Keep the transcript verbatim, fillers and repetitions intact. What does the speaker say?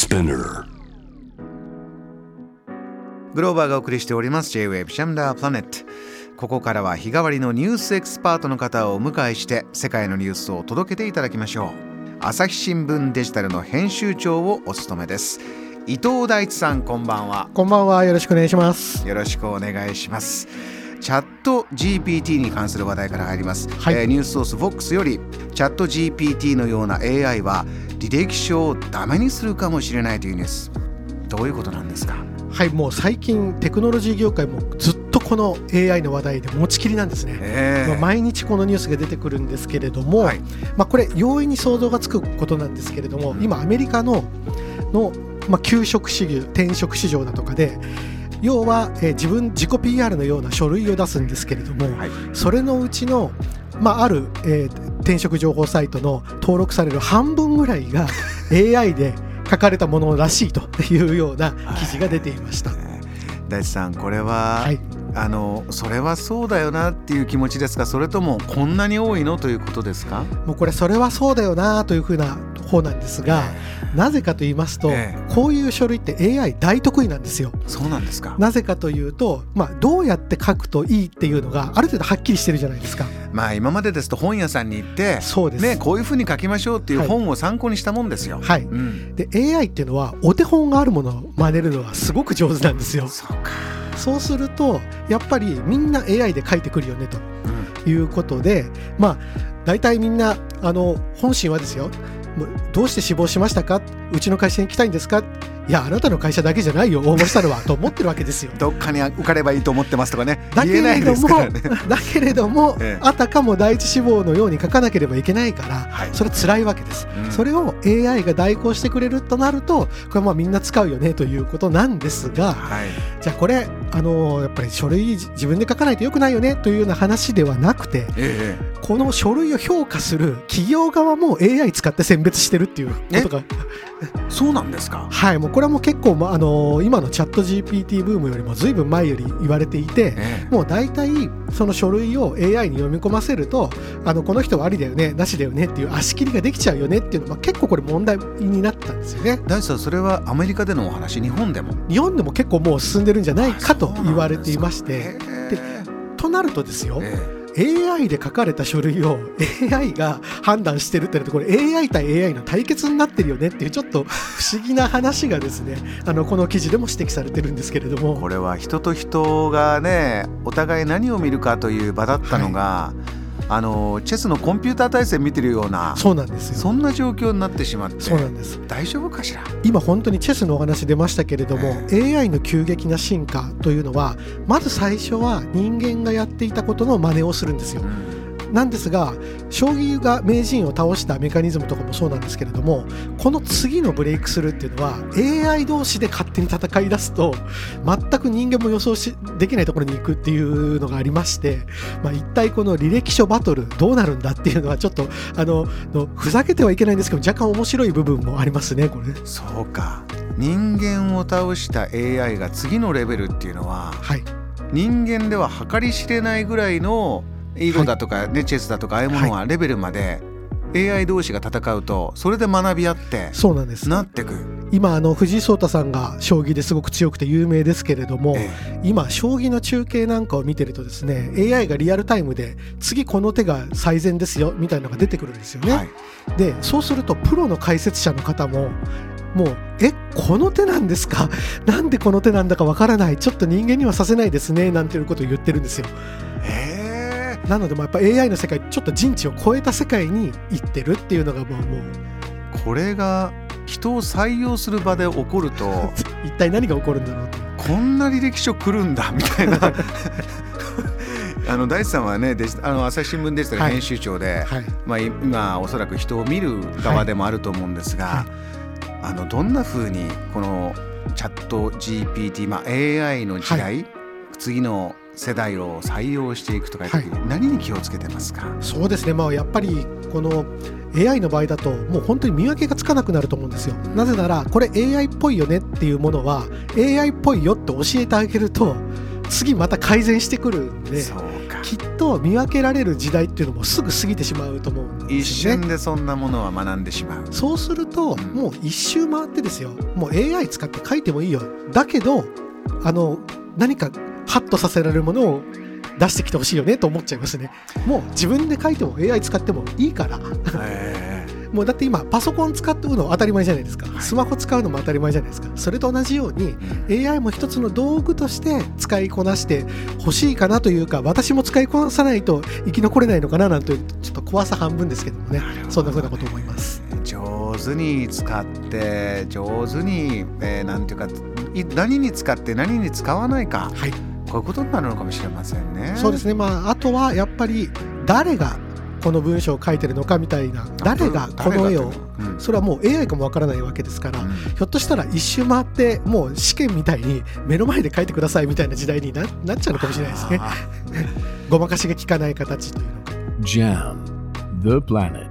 Spinner。 グローバーがお送りしております J-Wave ジャムダープラネット。ここからは日替わりのニュースエキスパートの方をお迎えして世界のニュースを届けていただきましょう。朝日新聞デジタルの編集長をお務めです伊藤大地さん、こんばんは。 こんばんは、よろしくお願いします。 よろしくお願いします。チャット ジーピーティー に関する話題から入ります、 はい。 えー、ニュースソース フォックス よりチャット ジーピーティー のような エーアイ は履歴書をダメにするかもしれないというニュース、どういうことなんですか？ はい、もう最近テクノロジー業界もずっとこの エーアイ の話題で持ちきりなんですね、 えーまあ、毎日このニュースが出てくるんですけれども、 はい、 まあ、これ容易に想像がつくことなんですけれども、今アメリカのの、まあ、求職市場、転職市場だとかで要は、えー、自分自己 ピーアール のような書類を出すんですけれども、はい、それのうちの、まあ、ある、えー、転職情報サイトの登録される半分ぐらいがエーアイ で書かれたものらしいというような記事が出ていました。 大地さん、これは、 はい、 あのそれはそうだよなっていう気持ちですか、それともこんなに多いのということですか？ もうこれそれはそうだよなというふうな方なんですが、えー、なぜかと言いますと、えー、こういう書類って エーアイ 大得意なんですよ。 そうなんですか？ なぜかというと、まあ、どうやって書くといいっていうのがある程度はっきりしてるじゃないですか。 まあ、今までですと本屋さんに行ってそうです、 ね、こういうふうに書きましょうっていう本を参考にしたもんですよ。 はい、うん、で エーアイ っていうのはお手本があるものを真似るのがすごく上手なんですよ。 そうか。 そうするとやっぱりみんな エーアイ で書いてくるよねということで、うん、まあ大体みんなあの本心はですよ、どうして志望しましたか、うちの会社に来たいんですか、いやあなたの会社だけじゃないよ応募したのはと思ってるわけですよ。 どっかに受かればいいと思ってますとかね、 だけれども、 言えないですからね。 だけれども、ええ、あたかも第一志望のように書かなければいけないから、はい、それは辛いわけです、うん、それを エーアイ が代行してくれるとなるとこれはまあみんな使うよねということなんですが、はい、じゃあこれあのやっぱり書類自分で書かないとよくないよねというような話ではなくて、ええ、この書類を評価する企業側も エーアイ 使って選別してるっていうことがそうなんですか？ はい、もうこれはもう結構、まあのー、今のチャット ジーピーティー ブームよりもずいぶん前より言われていて、ええ、もう大体その書類を エーアイ に読み込ませるとあのこの人はありだよねなしだよねっていう足切りができちゃうよねっていうのは、まあ、結構これ問題になったんですよね。 大地さん、それはアメリカでのお話、日本でも日本でも結構もう進んでるんじゃないかと言われていまして、でとなるとですよ、ええエーアイ で書かれた書類を エーアイ が判断してるってところ、エーアイ 対 エーアイ の対決になってるよねっていうちょっと不思議な話がですねあのこの記事でも指摘されてるんですけれども、 これは人と人がねお互い何を見るかという場だったのが、はい、あのチェスのコンピューター対戦見てるような、 そうなんですよ、 そんな状況になってしまって、 そうなんです。 大丈夫かしら。 今本当にチェスのお話出ましたけれども、えー、エーアイ の急激な進化というのはまず最初は人間がやっていたことの真似をするんですよ、うん、なんですが将棋が名人を倒したメカニズムとかもそうなんですけれども、この次のブレイクスルーっていうのは エーアイ 同士で勝手に戦い出すと全く人間も予想しできないところに行くっていうのがありまして、まあ、一体この履歴書バトルどうなるんだっていうのはちょっとあのふざけてはいけないんですけど若干面白い部分もありますねこれ。 そうか、人間を倒した エーアイ が次のレベルっていうのは、はい、人間では計り知れないぐらいの囲碁だとか、ね、チェスだとかああいうものはレベルまで エーアイ 同士が戦うとそれで学び合ってそうなんですなってく。 今あの藤井聡太さんが将棋ですごく強くて有名ですけれども、ええ、今将棋の中継なんかを見てるとですね エーアイ がリアルタイムで次この手が最善ですよみたいなのが出てくるんですよね、はい、でそうするとプロの解説者の方ももうえこの手なんですか、なんでこの手なんだかわからない、ちょっと人間にはさせないですねなんていうことを言ってるんですよ。 へー。 なのでもやっぱ エーアイ の世界ちょっと人知を超えた世界に行ってるっていうのがもう、もうこれが人を採用する場で起こると一体何が起こるんだろうと、 こんな履歴書来るんだみたいなあの大地さんはねデジあの朝日新聞デジタル編集長で、はいはい、まあ、今おそらく人を見る側でもあると思うんですが、はいはい、あのどんな風にこのチャット ジーピーティー、まあ、エーアイ の時代、はい、次の世代を採用していくとかいう時に何に気をつけてますか？はい、 そうですね、まあ、やっぱりこの エーアイ の場合だともう本当に見分けがつかなくなると思うんですよ。なぜならこれ エーアイ っぽいよねっていうものは エーアイ っぽいよって教えてあげると次また改善してくるんで、 きっと見分けられる時代っていうのもすぐ過ぎてしまうと思うんですよね。 一瞬でそんなものは学んでしまう。 そうすると、うん、もう一周回ってですよ、もう エーアイ 使って書いてもいいよ、だけどあの何かハッとさせられるものを出してきてほしいよねと思っちゃいますね。もう自分で書いても エーアイ 使ってもいいからもうだって今パソコン使ってるの当たり前じゃないですか、はい、スマホ使うのも当たり前じゃないですか。それと同じように、うん、エーアイ も一つの道具として使いこなしてほしいかなというか、私も使いこなさないと生き残れないのかななんてちょっと怖さ半分ですけどもね、そんなふうなこと思います。 上手に使って上手に、えー、なんていうか何に使って何に使わないか、はい、こういうことになるのかもしれませんね。 そうですね、まあ、あとはやっぱり誰がこの文章を書いてるのかみたいな、誰がこの絵を、うん、それはもう エーアイ かもわからないわけですから、うん、ひょっとしたら一周回ってもう試験みたいに目の前で書いてくださいみたいな時代に な, なっちゃうのかもしれないですねごまかしが効かない形というのか。 ジャム The Planet